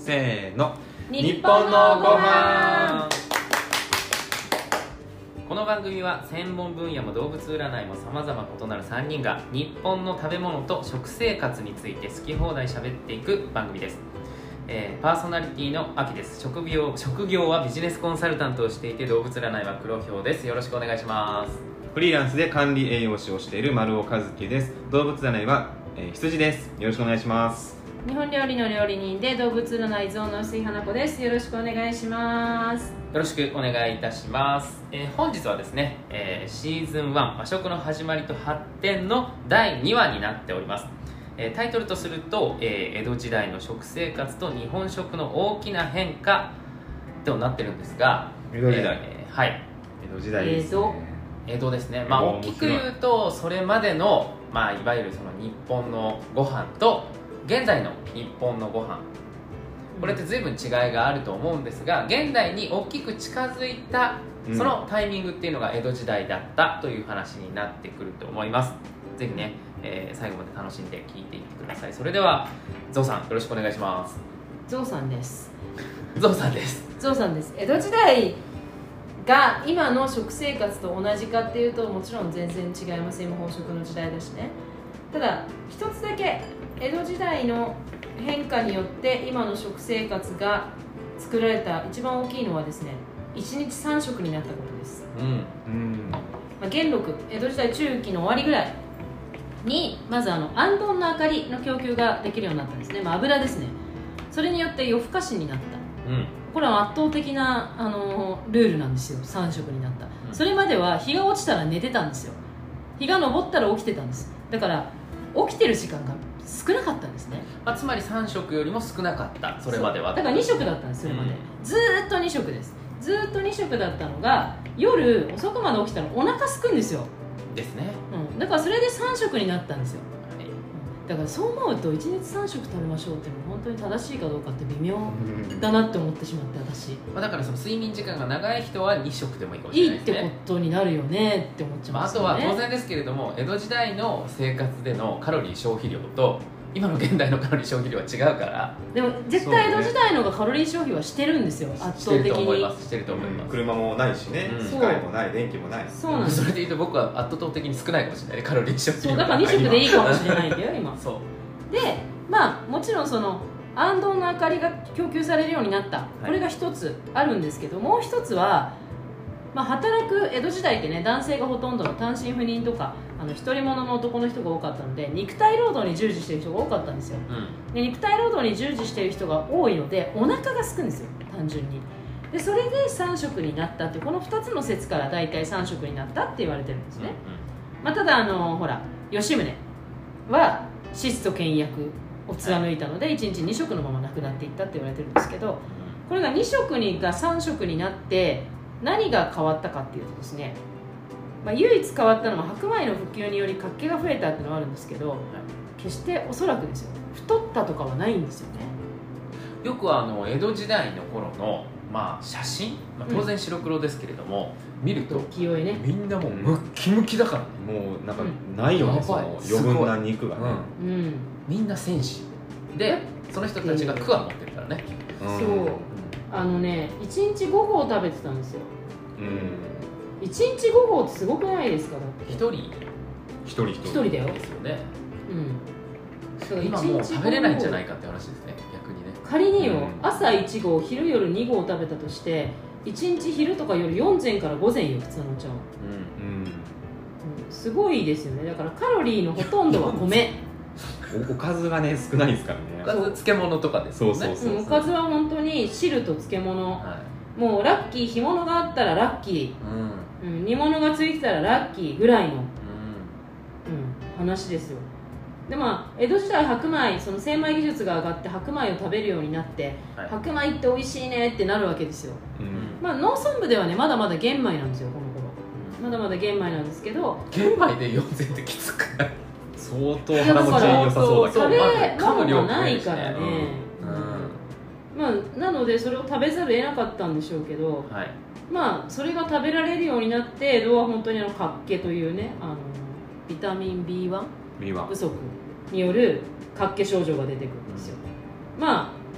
せーの、 日本のご飯。 この番組は専門分野も動物占いも様々異なる3人が日本の食べ物と食生活について好き放題喋っていく番組です。パーソナリティの秋です。職業はビジネスコンサルタントをしていて、動物占いは黒ひょうです。よろしくお願いします。 フリーランスで管理栄養士をしている丸尾和樹です。動物占いは、羊です。よろしくお願いします。 日本料理の料理人で動物占い像の薄井花子です。よろしくお願いします。 よろしくお願いいたします。本日はですね、シーズン1和食の始まりと発展の第2話になっております。タイトルとすると、江戸時代の食生活と日本食の大きな変化となってるんですが、 江戸時代、 はい、 江戸時代ですね。 江戸ですね。大きく言うとそれまでの、いわゆるその日本のご飯と現在の日本のご飯、これって随分違いがあると思うんですが、現代に大きく近づいたそのタイミングっていうのが江戸時代だったという話になってくると思います。ぜひね、最後まで楽しんで聞いていってください。それではゾウさん、よろしくお願いします。 ゾウさんです。 ゾウさんです。 ゾウさんです。江戸時代が今の食生活と同じかっていうと、もちろん全然違います。今飽食の時代だしね。ただ一つだけ江戸時代の変化によって今の食生活が作られた一番大きいのはですね、1日3食になったことです。元禄、江戸時代中期の終わりぐらいにまず行灯の明かりの供給ができるようになったんですね。油ですね。それによって夜更かしになった、これは圧倒的なルールなんですよ。3食になった、それまでは日が落ちたら寝てたんですよ。日が昇ったら起きてたんです。だから起きてる時間が少なかったんですね。 つまり3食よりも少なかった、それまでは。 だから2食だったんです。それまで、ずーっと2食です。ずーっと2食だったのが、夜遅くまで起きたらお腹空くんですよ。 ですね、 だからそれで3食になったんですよ。だからそう思うと1日3食食べましょうっていうのは本当に正しいかどうかって微妙だなって思ってしまって、私だからその睡眠時間が長い人は2食でもいいかもしれないですね。 いいってことになるよねって思っちゃいますよね。 あとは当然ですけれども、江戸時代の生活でのカロリー消費量と今の現代のカロリー消費量は違うから。 でも絶対江戸時代の方がカロリー消費はしてるんですよ、圧倒的に。 してると思います。してると思います。 車もないしね、機械もない、電気もない。 そうなんです。 それでいうと僕は圧倒的に少ないかもしれない、カロリー消費量。 そうだから2食でいいかもしれないんだよ今。 そうで、もちろんその行灯の明かりが供給されるようになった、これが一つあるんですけど、もう一つは、働く江戸時代ってね、男性がほとんどの単身赴任とか独り者の男の人が多かったので、肉体労働に従事している人が多かったんですよ、で肉体労働に従事している人が多いのでお腹が空くんですよ、単純に。でそれで3食になったって、この2つの説から大体3食になったって言われてるんですね。ただほら吉宗は質と倹約を貫いたので、1日2食のまま亡くなっていったって言われてるんですけど、これが2食が3食になって何が変わったかっていうとですね、唯一変わったのは白米の普及により活気が増えたっていうのはあるんですけど、決しておそらくですよ、太ったとかはないんですよね。 よく江戸時代の頃の写真、当然白黒ですけれども、見ると清いね、 みんなもうムッキムキだからね、 もうなんかないよね、その余分な肉がね、 みんな戦士で、その人たちがクワ持ってるからね。 そう1日5合食べてたんですよ。1日5合ってすごくないですか？だって一人だよですよね。 今もう食べれないんじゃないかって話ですね、逆にね。 仮によ、朝1合昼夜2合食べたとして、1日昼とか夜4膳から5膳よ、普通のお茶は。すごいですよね。だからカロリーのほとんどは米おかずがね少ないですからね。 おかず漬物とかですよね。 おかずは本当に汁と漬物、もうラッキー、干物があったらラッキー、煮物がついてたらラッキーぐらいの、話ですよ。で江戸時代白米、その精米技術が上がって白米を食べるようになって、白米って美味しいねってなるわけですよ。農村部ではね、まだまだ玄米なんですよ、この頃。まだまだ玄米なんですけど、 玄米で4膳ってきつくない？ 相当腹持ち良さそうだけど、 噛む量ないからね。なのでそれを食べざるを得なかったんでしょうけど、それが食べられるようになって、江戸は本当に活気というね、ビタミン B1 不足による活気症状が出てくるんですよ。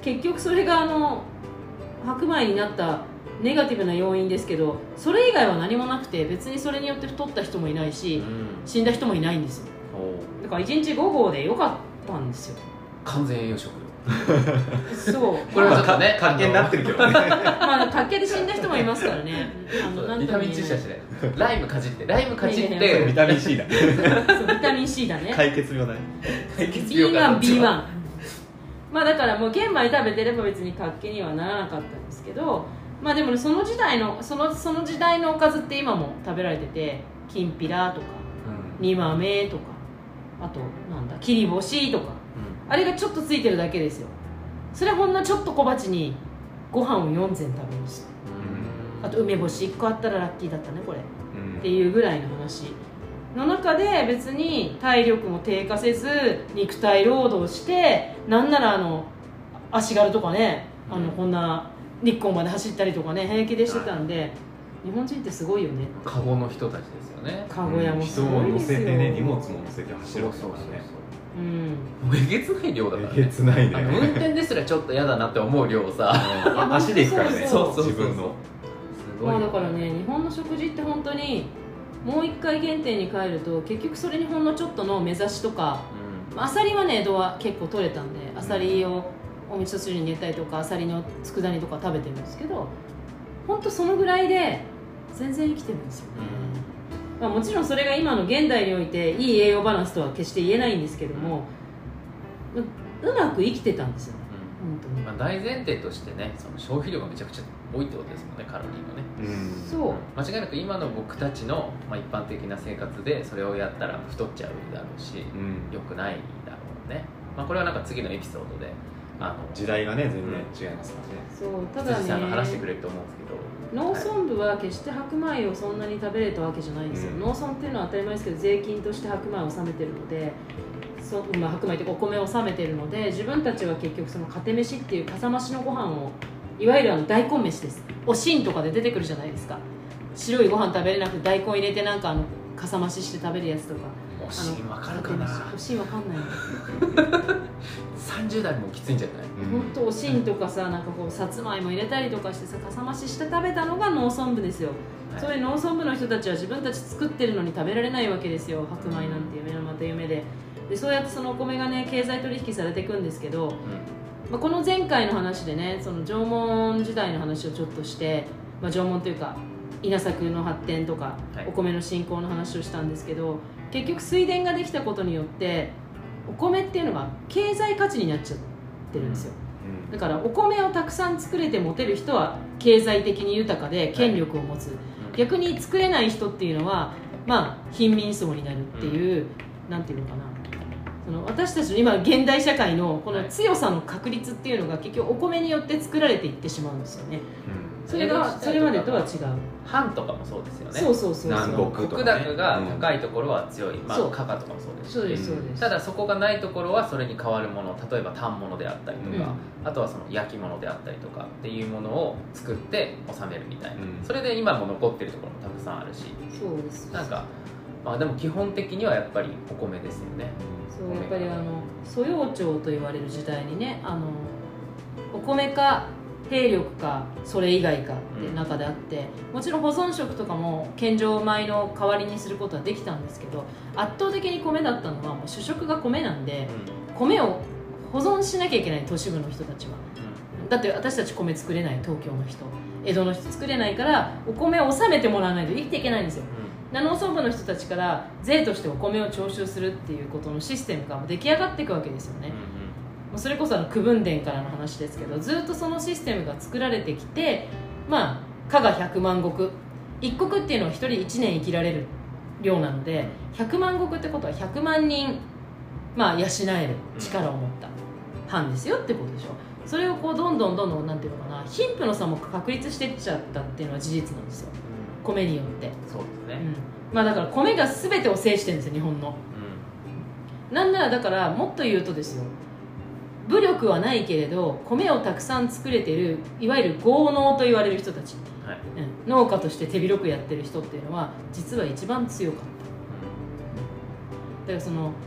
結局それが白米になったネガティブな要因ですけど、それ以外は何もなくて、別にそれによって太った人もいないし、死んだ人もいないんですよ。だから1日5合でよかったんですよ。 完全栄養食そうこれはちょっとね活気になってるけどねまあ活気で死んだ人もいますからね。 ビタミン注射してライムかじっていやいやビタミン C だそうビタミン C だね。 解決病だね。 解決病か B1 まあだからもう玄米食べてれば別に活気にはならなかったんですけど、まあでもね、その時代のおかずって今も食べられてて、きんぴらとか煮豆とか、あとなんだ切り干しとか、あれがちょっとついてるだけですよ。それほんのちょっと小鉢にご飯を4膳食べました。あと梅干し1個あったらラッキーだったねこれ、っていうぐらいの話の中で、別に体力も低下せず肉体労働して、なんなら足軽とかね、こんな日光まで走ったりとかね、平気でしてたんで、日本人ってすごいよね。 カゴの人たちですよね。 カゴ屋もす人を乗ごいですよ。 せてね、荷物も乗せて走るからね。 うん、 えげつない量だからえげつないね。 運転ですらちょっと嫌だなって思う量をさ足で行くからね。 そう自分の。 すごいまあだからね、日本の食事って本当にもう一回原点に帰ると、結局それにほんのちょっとの目指しとか、アサリはね江戸は結構取れたんで、アサリをお味噌汁に入れたりとか、アサリの佃煮とか食べてるんですけど、本当そのぐらいで全然生きてるんですよね。まあ、もちろんそれが今の現代においていい栄養バランスとは決して言えないんですけども、うまく生きてたんですよね、本当に。 まあ、大前提としてね、その消費量がめちゃくちゃ多いってことですもんね、カロリーのね。 そう間違いなく今の僕たちの、まあ、一般的な生活でそれをやったら太っちゃうだろうし、良くないだろうね。まあ、これはなんか次のエピソードで時代がね全然違いますからね。 そうただ辻さんがね、 話してくれると思うんですけど、 農村部は決して白米をそんなに食べれたわけじゃないんですよ、農村っていうのは当たり前ですけど、税金として白米を納めてるので、まあ、白米ってお米を納めてるので、自分たちは結局そのかて飯っていうかさ増しのご飯を、いわゆる大根飯です、おしんとかで出てくるじゃないですか。白いご飯食べれなくて大根入れてなんかかさ増しして食べるやつとか。 おしんわかるかな。 おしんわかんない 30代もきついんじゃない？ 本当おしんとかさ、なんかこうさつまいも入れたりとかしてさ、かさ増しして食べたのが農村部ですよ、はい、そういう農村部の人たちは自分たち作ってるのに食べられないわけですよ、白米なんて夢のまた夢で。でそうやってそのお米がね経済取引されていくんですけど、まあ、この前回の話でね、その縄文時代の話をちょっとして、まあ、縄文というか稲作の発展とか、 はい、 お米の振興の話をしたんですけど、結局水田ができたことによってお米っていうのが経済価値になっちゃってるんですよ、だからお米をたくさん作れて持てる人は経済的に豊かで権力を持つ、逆に作れない人っていうのは、まあ、貧民層になるっていう、なんていうのかな、その私たちの今現代社会のこの強さの確率っていうのが結局お米によって作られていってしまうんですよね、それまでとは違う。 藩とかもそうですよね。 そう南国とか、ね、 国高が高いところは強い、まあ、加賀とかもそうですし、 そうですそうです。 ただそこがないところはそれに代わるもの、例えば反物であったりとか、あとはその焼き物であったりとかっていうものを作って納めるみたいな、それで今も残ってるところもたくさんあるし、 そうです。 なんか、まあ、でも基本的にはやっぱりお米ですよね。 そうやっぱり蘇葉朝と言われる時代にね、お米か兵力かそれ以外かっていう中であって、もちろん保存食とかも献上米の代わりにすることはできたんですけど、圧倒的に米だったのはもう主食が米なんで、米を保存しなきゃいけない、都市部の人たちは、だって私たち米作れない、東京の人、江戸の人作れないから、お米を納めてもらわないと生きていけないんですよ、農村部の人たちから税としてお米を徴収するっていうことのシステムが出来上がっていくわけですよね、それこそ区分田からの話ですけど、ずっとそのシステムが作られてきて、まあ加賀100万石、一国っていうのは1人1年生きられる量なので、100万石ってことは100万人、まあ養える力を持った藩ですよってことでしょ。それをこうどんどんなんていうのかな、貧富の差も確立していっちゃったっていうのは事実なんですよ、米によって。 そうですね、 まあだから米が全てを制してるんですよ、日本の、なんならだからもっと言うとですよ、武力はないけれど米をたくさん作れてる、いわゆる豪農と言われる人たち、農家として手広くやってる人っていうのは実は一番強かった、だからその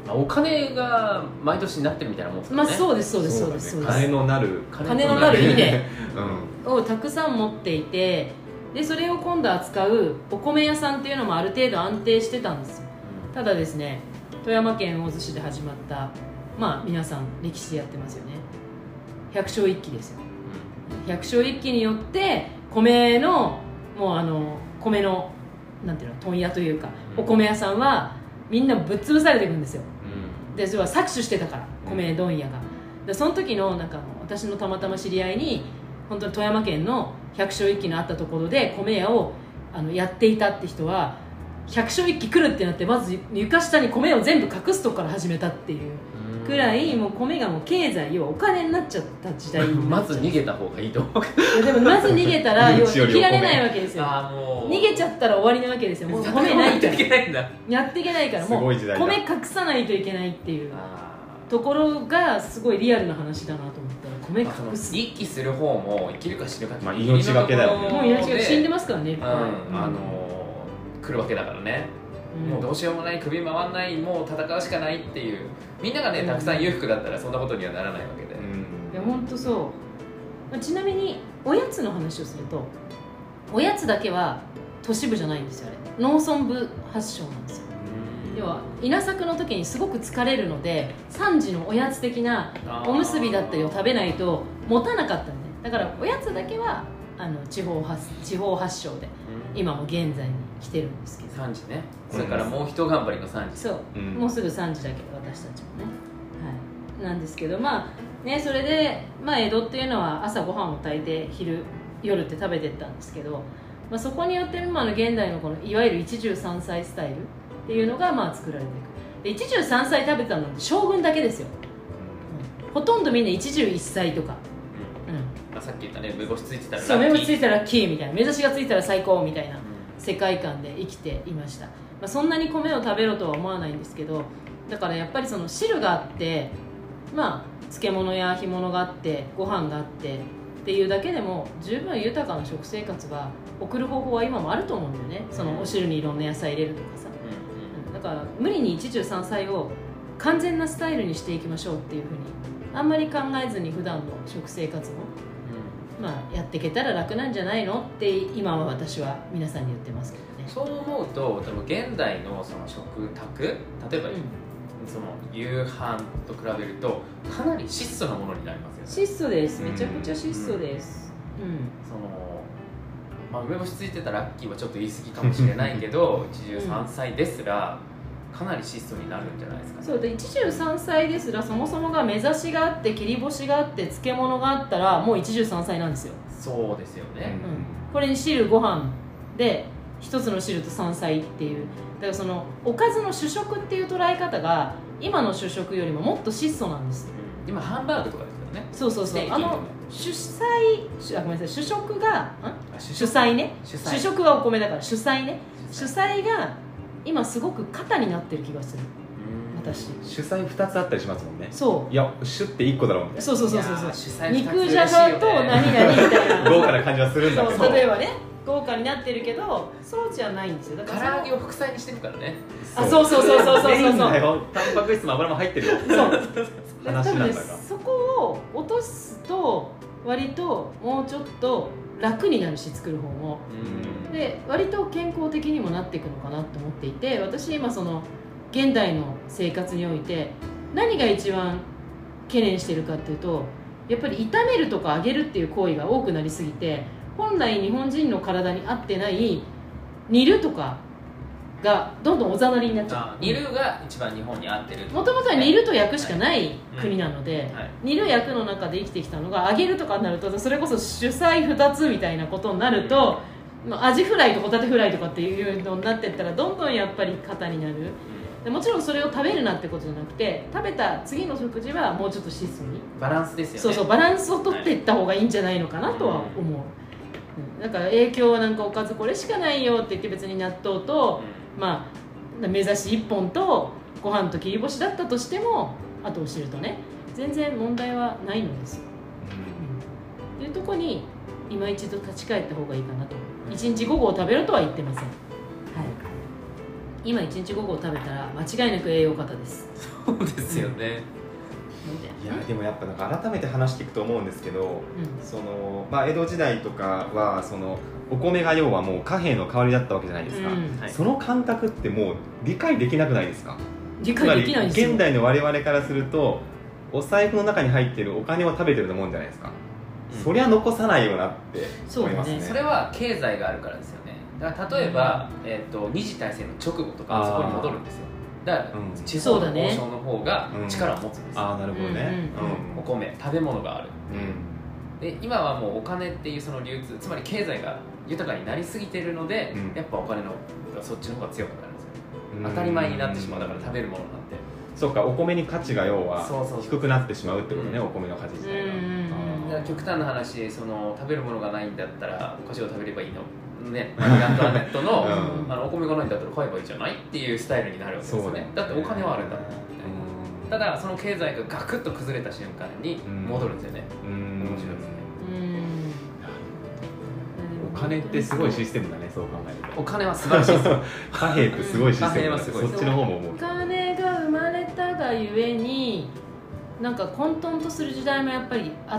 お金が毎年になってるみたいなもんですかね。 まあそうですそうですそうですそうです。 金のなる金のなる稲うんをたくさん持っていて、でそれを今度扱うお米屋さんっていうのもある程度安定してたんですよ。ただですね、富山県魚津市で始まった、まあ皆さん歴史でやってますよね、百姓一揆ですよ。百姓一揆によって米のもう米のなんていうの問屋というか、お米屋さんはみんなぶっ潰されていくんですよ。でそれは搾取してたから米問屋が。でその時のなんか私のたまたま知り合いに本当に富山県の百姓一揆のあったところで米屋をやっていたって人は、百姓一揆来るってなってまず床下に米を全部隠すとこから始めたっていうくらい、もう米がもう経済要はお金になっちゃった時代にまず逃げた方がいいと思うけど。 いやでもまず逃げたら要は生きられないわけですよ。 もう逃げちゃったら終わりなわけですよ。もう米ないからやっていけないんだ。 やっていけないからもうすごい時代だ米隠さないといけないっていうところがすごいリアルな話だなと思ったら、米隠す、 一気する方も生きるか死ぬかまあ命がけだよねもう命が死んでますからね。 来るわけだからね、もうどうしようもない、首回んない、もう戦うしかないっていう、みんながねたくさん裕福だったらそんなことにはならないわけで、 いや本当そう。ちなみにおやつの話をすると、おやつだけは都市部じゃないんですよ。あれ農村部発祥なんですよ。要は稲作の時にすごく疲れるので、3時のおやつ的なおむすびだったりを食べないと持たなかったんで、だからおやつだけは地方発祥で、今も現在に来てるんですけど、 3時ね、それからもう一頑張りの3時、 そう、もうすぐ3時だけど私たちもね、はい、なんですけど、まあね、それで、まあ、江戸っていうのは朝ごはんを炊いて夜って食べてったんですけど、まあ、そこによって今の現代のこのいわゆる一汁三菜スタイルっていうのがまあ作られていく。で一汁三菜食べたのって将軍だけですよ、ほとんどみんな一汁一菜とか、 まあ、さっき言ったね、目星ついてたらラッキー、 そう目星ついたらラッキーみたいな、目指しがついたら最高みたいな世界観で生きていました。まあ、そんなに米を食べろとは思わないんですけど、だからやっぱりその汁があって、まあ漬物や干物があってご飯があってっていうだけでも十分豊かな食生活が送る方法は今もあると思うんだよね。そのお汁にいろんな野菜入れるとかさ、だから無理に一汁三菜を完全なスタイルにしていきましょうっていうふうにあんまり考えずに普段の食生活も、まあ、やっていけたら楽なんじゃないのって今は私は皆さんに言ってますけどね。 そう思うと多分現代のその食卓、例えば、その夕飯と比べるとかなり質素なものになりますよね。 質素です、めちゃくちゃ質素です、 そのまあ、梅干しついてたラッキーはちょっと言い過ぎかもしれないけど一汁三菜ですらかなり質素になるんじゃないですかね。 そうで、一汁三菜ですらそもそもが目指しがあって切り干しがあって漬物があったらもう一汁三菜なんですよ。 そうですよね、 これに汁ご飯で一つの汁と山菜っていう、だからそのおかずの主食っていう捉え方が今の主食よりももっと質素なんです、 今ハンバーグとかですけどね。 そうそうそう、ごめんなさい、主食が主菜ね、主食はお米だから主菜ね、主菜が今すごく肩になってる気がする、私。 主菜2つあったりしますもんね。 そう、 いや主って1個だろうみたいな。 そう主菜肉じゃがと何々みたいな豪華な感じはするんだけど、 そう例えばね豪華になってるけどそうじゃないんですよ。だから唐揚げを副菜にしてるからね。 そうメインだよ、タンパク質も油も入ってるよそう話なんだが、 そこを落とすと割ともうちょっと楽になるし、作る方もで割と健康的にもなっていくのかなと思っていて、私今その現代の生活において何が一番懸念してるかっていうと、やっぱり炒めるとか揚げるっていう行為が多くなりすぎて、本来日本人の体に合ってない煮るとかがどんどんおざなりになっちゃう。 煮るが一番日本に合ってる。 もともとは煮ると焼くしかない国なので、煮る焼くの中で生きてきたのが揚げるとかになると、それこそ主菜2つみたいなことになると、アジフライとホタテフライとかっていうのになっていったらどんどんやっぱり肩になる。でもちろんそれを食べるなってことじゃなくて、食べた次の食事はもうちょっと質素にバランスですよね。 そうそう、バランスをとっていった方がいいんじゃないのかなとは思う、だから影響はなんかおかずこれしかないよって言って別に納豆と、まあ目指し1本とご飯と切り干しだったとしても、あとお汁とね、全然問題はないのですよ、っていうところに今一度立ち返った方がいいかなと。1日午後を食べろとは言ってません。はい、 今1日5合食べたら間違いなく栄養過多です。 そうですよね、 いやでもやっぱなんか改めて話聞くと思うんですけど、その江戸時代とかはそのお米が要はもう貨幣の代わりだったわけじゃないですか、 はい、 その感覚ってもう理解できなくないですか？ 理解できないですよ。 現代の我々からするとお財布の中に入ってるお金を食べてると思うんじゃないですか、そりゃ残さないよなって思いますね。 それは経済があるからですよね。だから例えば、二次大戦の直後とかそこに戻るんですよ。だから、地方の交渉の方が力を持つんですよ。 ああなるほどね、 お米食べ物がある、で今はもうお金っていうその流通、つまり経済が豊かになりすぎているので、やっぱお金のそっちの方が強くなるんですよ。当たり前になってしまう。だから食べるものなんて、 そうか、お米に価値が要は低くなってしまうってことね、お米の価値自体が。 だから極端な話、その食べるものがないんだったらお菓子を食べればいいのね、マリー・アントワネットの、お米がないんだったら買えばいいじゃないっていうスタイルになるわけですよね。だってお金はあるんだもんみたいな。ただその経済がガクッと崩れた瞬間に戻るんですよね。面白いですね。 お金ってすごいシステムだね、そう考えると。 お金は素晴らしいですよ。 貨幣ってすごいシステムだね。そっちの方も思う。 お金が生まれたがゆえになんか混沌とする時代もやっぱりあって、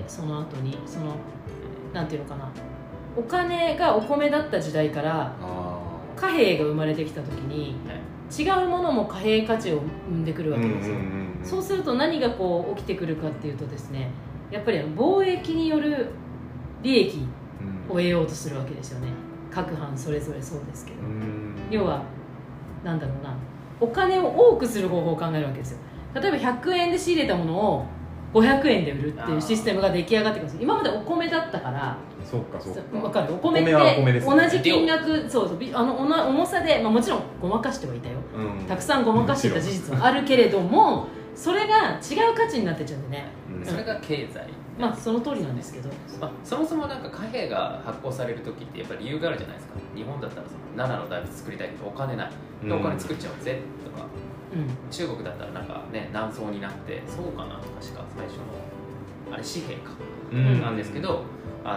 その後にそのなんていうのかな、お金がお米だった時代から貨幣が生まれてきた時に違うものも貨幣価値を生んでくるわけですよ。そうすると何がこう起きてくるかっていうとですね、やっぱり貿易による利益を得ようとするわけですよね。各藩それぞれそうですけど、要はなんだろうな、お金を多くする方法を考えるわけですよ。例えば100円で仕入れたものを500円で売るっていうシステムが出来上がってくるんです。今までお米だったから、 そうかそうか、 分かる。お米って同じ金額、そうそう重さで、もちろんごまかしてはいたよ、たくさんごまかしていた事実はあるけれども、それが違う価値になってっちゃうんでね、 それが経済、 その通りなんですけど、 そもそもなんか貨幣が発行される時ってやっぱり理由があるじゃないですか。日本だったらその7の大仏作りたいけどお金ない、でお金作っちゃうぜとか、中国だったらなんかね、南宋になってそうかな、確か最初のあれ紙幣か、なんですけど、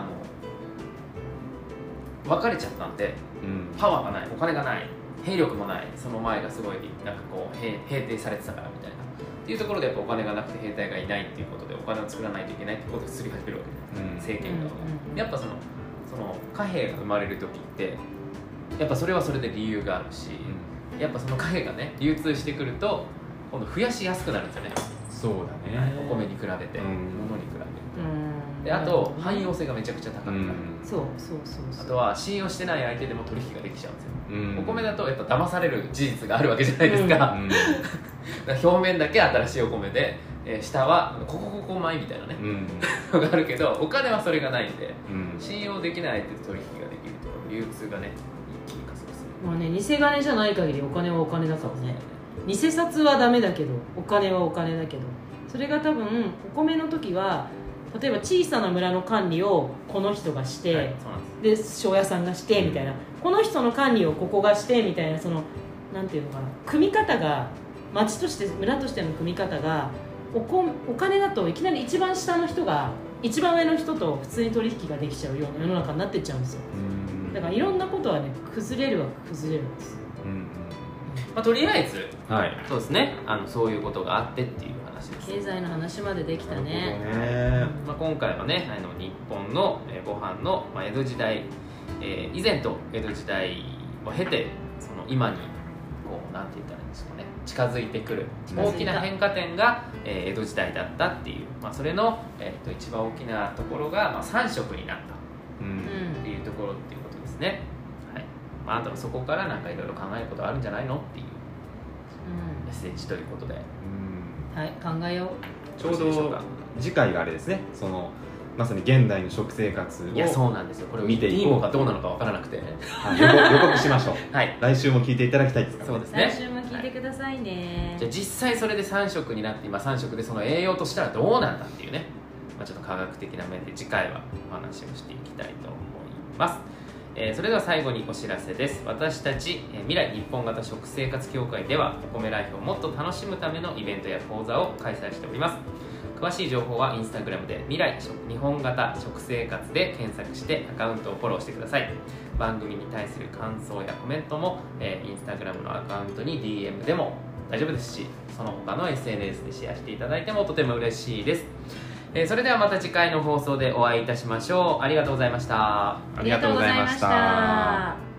分かれちゃったんで、パワーがない、お金がない、兵力もない、その前がすごいなんかこう平定されてたからみたいなっていうところで、やっぱお金がなくて兵隊がいないっていうことでお金を作らないといけないってことですり始めるわけです、政権側が。やっぱその貨幣が生まれる時ってやっぱそれはそれで理由があるし、やっぱその貨幣がね流通してくると今度増やしやすくなるんですよね。 そうだね、 お米に比べて、物に比べて、であと汎用性がめちゃくちゃ高くなる、あとは信用してない相手でも取引ができちゃうんですよ、お米だとやっぱ騙される事実があるわけじゃないですか、だから表面だけ新しいお米で、下はここ米みたいなね、のがあるけど、お金はそれがないんで、信用できない相手と取引ができると流通がね一気に加速する。 偽金じゃない限りお金はお金だからね。偽札はダメだけどお金はお金だけど、それが多分お米の時は例えば小さな村の管理をこの人がして、で庄屋さんがしてみたいな、この人の管理をここがしてみたいな、そのなんていうのかな、組み方が町として村としての組み方がお金だといきなり一番下の人が一番上の人と普通に取引ができちゃうような世の中になってっちゃうんですよ。だからいろんなことはね崩れるは崩れるんですよ。 とりあえず、そうですね、そういうことがあってっていう話です。 経済の話までできたね。 今回はね、日本のご飯の江戸時代、以前と江戸時代を経て、その今にこうなんて言ったらいいんですかね、近づいてくる大きな変化点が江戸時代だったっていう、それの一番大きなところが3色になったっていうところっていうことですね。あとはそこからなんかいろいろ考えることあるんじゃないのっていうメッセージということで、 はい、考えよう。ちょうど次回があれですね、そのまさに現代の食生活をそうなんですよ、これを見ていいのかどうなのか分からなくて、 予告しましょう。来週も聞いていただきたいですからね。 そうですね、 来週も聞いてくださいね。 じゃあ実際それで3食になって、今3食でその栄養としたらどうなんだっていうね、ちょっと科学的な面で次回はお話をしていきたいと思います。それでは最後にお知らせです。私たち未来日本型食生活協会ではお米ライフをもっと楽しむためのイベントや講座を開催しております。 詳しい情報はインスタグラムで未来日本型食生活で検索してアカウントをフォローしてください。番組に対する感想やコメントも、インスタグラムのアカウントに DM でも大丈夫ですし、その他の SNS でシェアしていただいてもとても嬉しいです。それではまた次回の放送でお会いいたしましょう。ありがとうございました。 ありがとうございました。